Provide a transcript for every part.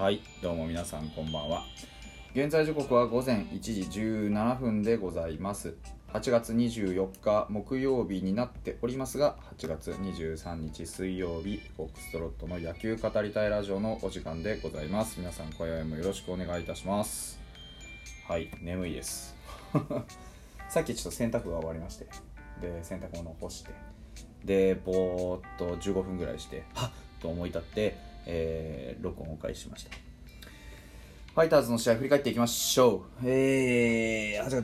はい、どうも皆さんこんばんは。現在時刻は午前1時17分でございます。8月24日木曜日になっておりますが、8月23日水曜日、フォックストロットの野球語りたいラジオのお時間でございます。皆さん今宵もよろしくお願いいたします。はい、眠いですさっきちょっと洗濯が終わりまして、で洗濯物を干して、でぼーっと15分ぐらいしてはっと思い立って録音を開始しました。ファイターズの試合振り返っていきましょう。8月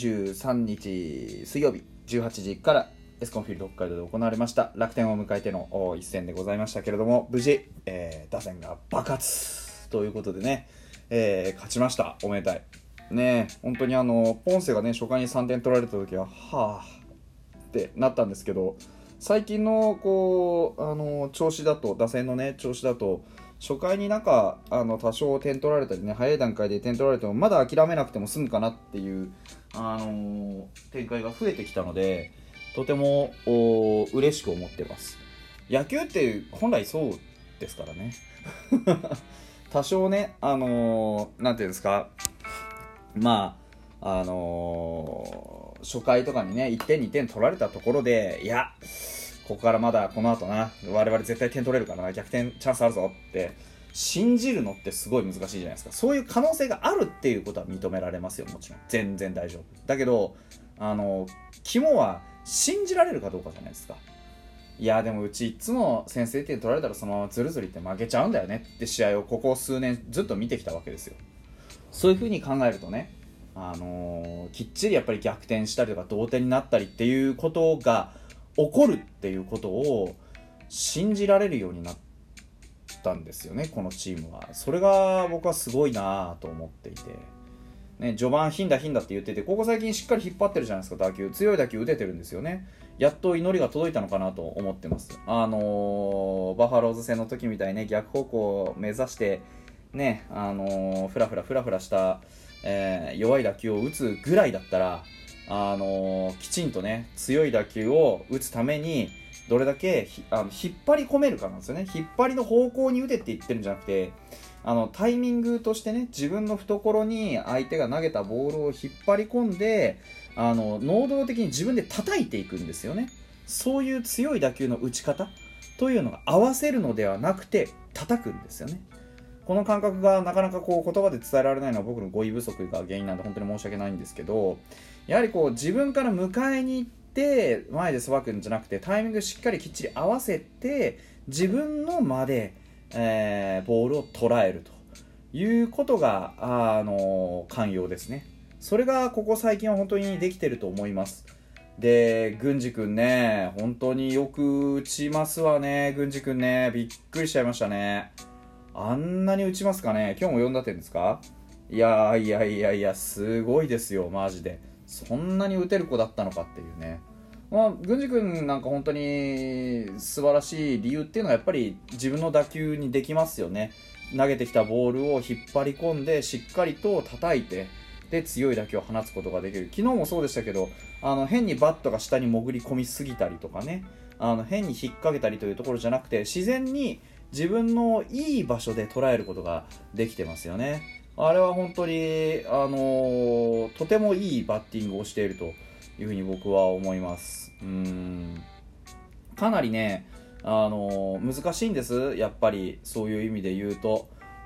23日水曜日18時からエスコンフィールド北海道で行われました楽天を迎えての一戦でございましたけれども、無事、打線が爆発ということでね、勝ちました。おめでたいね。本当にポンセがね初回に3点取られた時ははぁってなったんですけど、最近の調子だと、打線のね調子だと、初回になんか多少点取られたりね、早い段階で点取られてもまだ諦めなくても済むかなっていう、展開が増えてきたので、とても嬉しく思ってます。野球って本来そうですからね多少ねなんていうんですか、まあ初回とかにね1点2点取られたところで、いやここからまだこの後な、我々絶対点取れるからな、逆転チャンスあるぞって信じるのってすごい難しいじゃないですか。そういう可能性があるっていうことは認められますよ、もちろん全然大丈夫だけど、肝は信じられるかどうかじゃないですか。いやでもうちいつも先制点取られたらそのままズルズルいって負けちゃうんだよねって試合をここ数年ずっと見てきたわけですよ。そういう風に考えるとね、きっちりやっぱり逆転したりとか同点になったりっていうことが起こるっていうことを信じられるようになったんですよね、このチームは。それが僕はすごいなと思っていて、ね、序盤ヒンダって言ってて、ここ最近しっかり引っ張ってるじゃないですか。強い打球打ててるんですよね。やっと祈りが届いたのかなと思ってます。バファローズ戦の時みたいにね、逆方向を目指してね、フラフラした、弱い打球を打つぐらいだったら、きちんとね強い打球を打つためにどれだけ引っ張り込めるかなんですよね。引っ張りの方向に打てって言ってるんじゃなくて、タイミングとしてね、自分の懐に相手が投げたボールを引っ張り込んで能動的に自分で叩いていくんですよね。そういう強い打球の打ち方というのが合わせるのではなくて叩くんですよね。この感覚がなかなか言葉で伝えられないのは僕の語彙不足が原因なんで本当に申し訳ないんですけど、やはり自分から迎えに行って前でさばくんじゃなくて、タイミングしっかりきっちり合わせて自分の間で、ボールを捉えるということが肝要ですね。それがここ最近は本当にできてると思います。で、郡司くんね、本当によく打ちますわね。郡司くんね、びっくりしちゃいましたね。あんなに打ちますかね。今日も4打点ですか。いやすごいですよマジで。そんなに打てる子だったのかっていうね。郡司君なんか本当に素晴らしい理由っていうのはやっぱり自分の打球にできますよね。投げてきたボールを引っ張り込んでしっかりと叩いて、で強い打球を放つことができる。昨日もそうでしたけど、変にバットが下に潜り込みすぎたりとかね、変に引っ掛けたりというところじゃなくて、自然に自分のいい場所で捉えることができてますよね。あれは本当にとてもいいバッティングをしているというふうに僕は思います。かなりね難しいんです。やっぱりそういう意味で言うと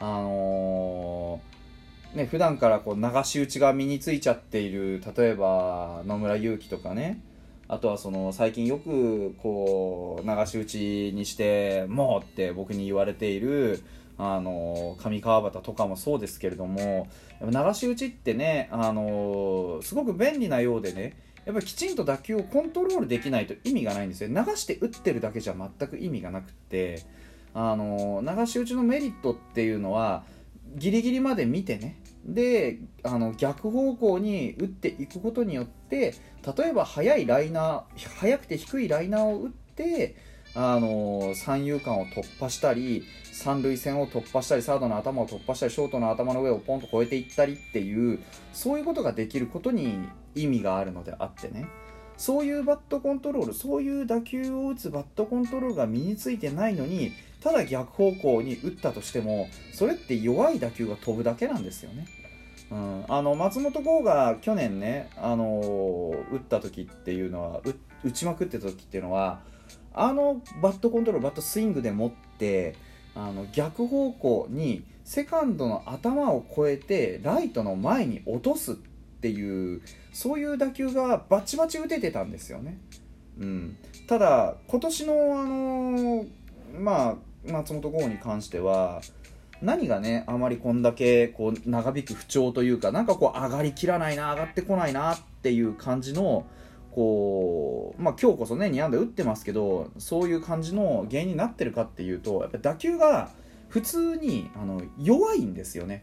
普段から流し打ちが身についちゃっている、例えば野村祐希とかね、あとは最近よく流し打ちにしてもうって僕に言われている上川端とかもそうですけれども、流し打ちってねすごく便利なようでね、やっぱりきちんと打球をコントロールできないと意味がないんですよ。流して打ってるだけじゃ全く意味がなくて、流し打ちのメリットっていうのはギリギリまで見てね、で逆方向に打っていくことによって、例えば速くて低いライナーを打って三遊間を突破したり、三塁線を突破したり、サードの頭を突破したり、ショートの頭の上をポンと越えていったりっていう、そういうことができることに意味があるのであってね、そういうバットコントロール、そういう打球を打つバットコントロールが身についてないのに、 ただ逆方向に打ったとしてもそれって弱い打球が飛ぶだけなんですよね。松本剛が去年ね、打った時っていうのは打ちまくってた時っていうのはバットコントロール、バットスイングで持って逆方向にセカンドの頭を越えてライトの前に落とすっていうそういう打球がバチバチ打ててたんですよね。ただ今年の松本剛に関しては何がねあまりこんだけこう長引く不調というかなんかこう上がりきらないな上がってこないなっていう感じのこう今日こそね2安打打ってますけどそういう感じの原因になってるかっていうとやっぱ打球が普通に弱いんですよね。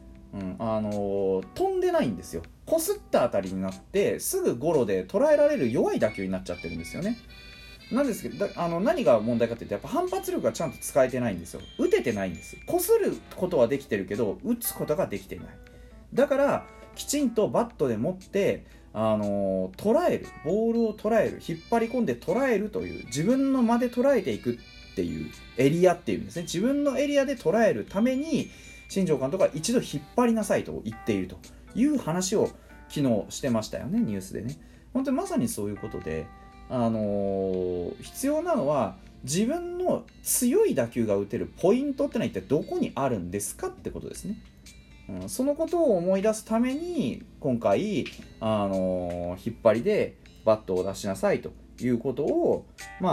飛んでないんですよ。こすったあたりになってすぐゴロで捉えられる弱い打球になっちゃってるんですよね。なんですけど何が問題かっていうとやっぱ反発力がちゃんと使えてないんですよ。打ててないんです。こすることはできてるけど打つことができてない。だからきちんとバットで持って捉えるボールを捉える引っ張り込んで捉えるという自分の間で捉えていくっていうエリアっていうんですね。自分のエリアで捉えるために新庄監督が一度引っ張りなさいと言っているという話を昨日してましたよね、ニュースでね。本当にまさにそういうことで、必要なのは自分の強い打球が打てるポイントってのは一体どこにあるんですかってことですね。そのことを思い出すために今回、引っ張りでバットを出しなさいということを、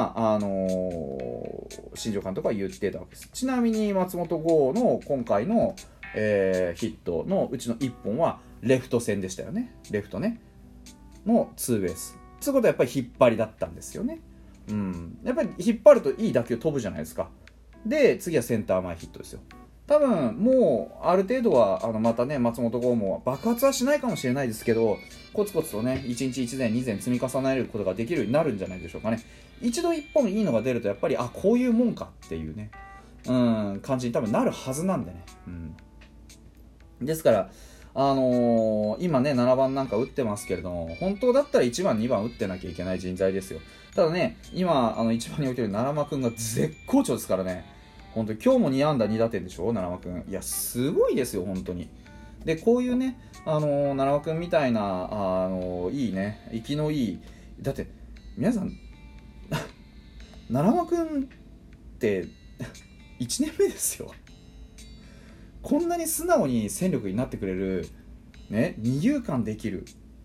新庄監督は言ってたわけです。ちなみに松本剛の今回の、ヒットのうちの1本はレフト線でしたよね。レフトねのツーベースということはやっぱり引っ張りだったんですよね。やっぱり引っ張るといい打球飛ぶじゃないですか。で次はセンター前ヒットですよ。多分もうある程度はまたね松本剛も爆発はしないかもしれないですけどコツコツとね1日1前2前積み重ねることができるようになるんじゃないでしょうかね。一度1本いいのが出るとやっぱりこういうもんかっていうね感じに多分なるはずなんでね。ですから今ね7番なんか打ってますけれども本当だったら1番2番打ってなきゃいけない人材ですよ。ただね今1番に置いてる奈良間くんが絶好調ですからね。本当に今日も2安打2打点でしょ奈良間くん。いやすごいですよ本当に。でこういうね奈良間くんみたいないいね生きのいいだって皆さん奈良間くんって1年目ですよ。こんなに素直に戦力になってくれるね二遊間できる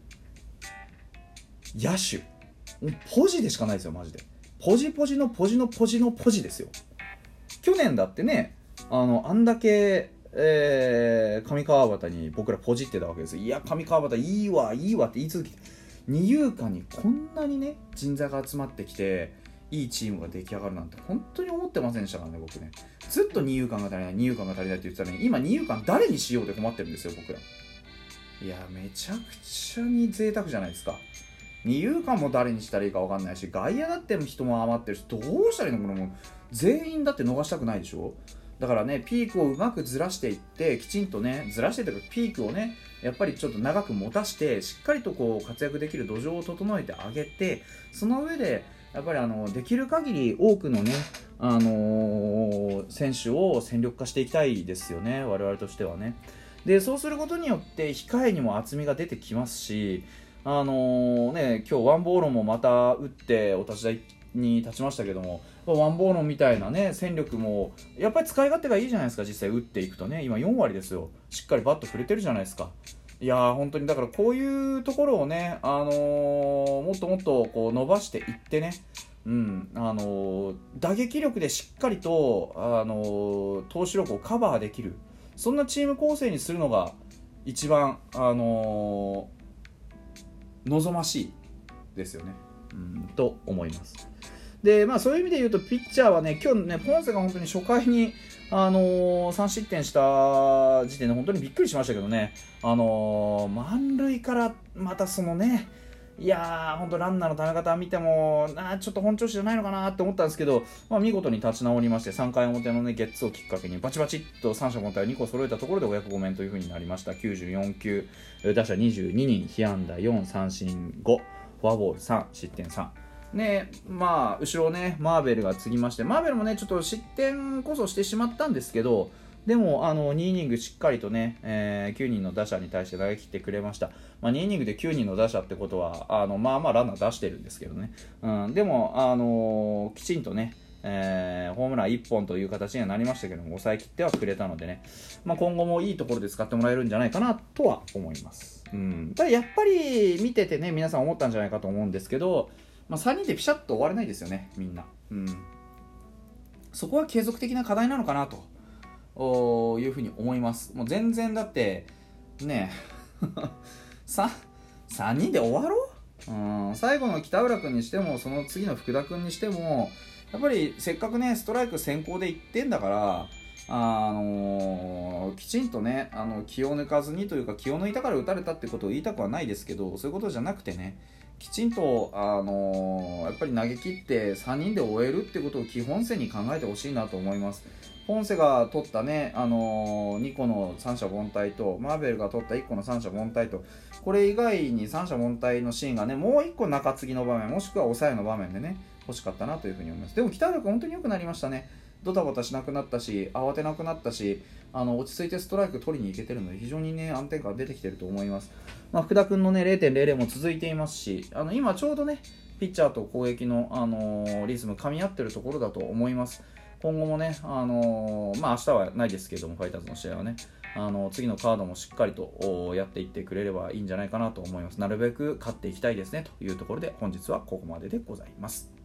野手ポジでしかないですよマジで。ポジポジのポジのポジのポジですよ。去年だってねあんだけ、上川端に僕らポジってたわけです。いや上川端いいわいいわって言い続けて二遊間にこんなにね人材が集まってきていいチームが出来上がるなんて本当に思ってませんでしたからね僕ね。ずっと二遊間が足りない二遊間が足りないって言ってたのに今二遊間誰にしようって困ってるんですよ僕ら。いやめちゃくちゃに贅沢じゃないですか。二遊間も誰にしたらいいか分かんないし外野だって人も余ってるしどうしたらいいのこれもう全員だって逃したくないでしょ。だからねピークをうまくずらしていってきちんとねずらしてというかピークをねやっぱりちょっと長く持たしてしっかりとこう活躍できる土壌を整えてあげてその上でやっぱりできる限り多くのね選手を戦力化していきたいですよね我々としてはね。でそうすることによって控えにも厚みが出てきますし今日ワンボーロンもまた打ってお立ち台に立ちましたけどもワンボーロンみたいなね戦力もやっぱり使い勝手がいいじゃないですか。実際打っていくとね今4割ですよ。しっかりバット振れてるじゃないですか。いやー本当にだからこういうところをね、もっともっとこう伸ばしていってね打撃力でしっかりと投手力をカバーできるそんなチーム構成にするのが一番望ましいですよねと思います。でそういう意味で言うとピッチャーはね今日ねポンセが本当に初回に3失点した時点で本当にびっくりしましたけどね満塁からまたそのねいやー本当ランナーのため方見てもちょっと本調子じゃないのかなって思ったんですけど、見事に立ち直りまして3回表のねゲッツーをきっかけにバチバチっと三者凡退を2個揃えたところでお役御免という風になりました。94球打者22人被安打4三振5フォアボール3失点3 ね、まあ後ろねマーベルが継ぎまして、マーベルもねちょっと失点こそしてしまったんですけど、でも2イニングしっかりとね、9人の打者に対して投げ切ってくれました。2イニングで9人の打者ってことはまあまあランナー出してるんですけどね、でもきちんとね、ホームラン1本という形にはなりましたけども、抑えきってはくれたのでね、今後もいいところで使ってもらえるんじゃないかなとは思います。ただやっぱり見ててね、皆さん思ったんじゃないかと思うんですけど、3人でピシャッと終われないですよね、みんな。そこは継続的な課題なのかなというふうに思います。もう全然だってね3人で終わろう。最後の北浦君にしても、その次の福田君にしても、やっぱりせっかくねストライク先行で1点だから、きちんとね気を抜かずにというか、気を抜いたから打たれたってことを言いたくはないですけど、そういうことじゃなくてね、きちんと、やっぱり投げ切って3人で終えるってことを基本線に考えてほしいなと思います。ポンセが取ったね、2個の三者凡退と、マーベルが取った1個の三者凡退と、これ以外に三者凡退のシーンがね、もう1個中継ぎの場面、もしくは抑えの場面でね、欲しかったなというふうに思います。でも北原君本当に良くなりましたね。ドタバタしなくなったし、慌てなくなったし、落ち着いてストライク取りに行けてるので、非常にね安定感が出てきてると思います。福田君のね 0.00 も続いていますし、今ちょうどねピッチャーと攻撃の、リズム噛み合ってるところだと思います。今後もね、明日はないですけども、ファイターズの試合はね、次のカードもしっかりとやっていってくれればいいんじゃないかなと思います。なるべく勝っていきたいですねというところで、本日はここまででございます。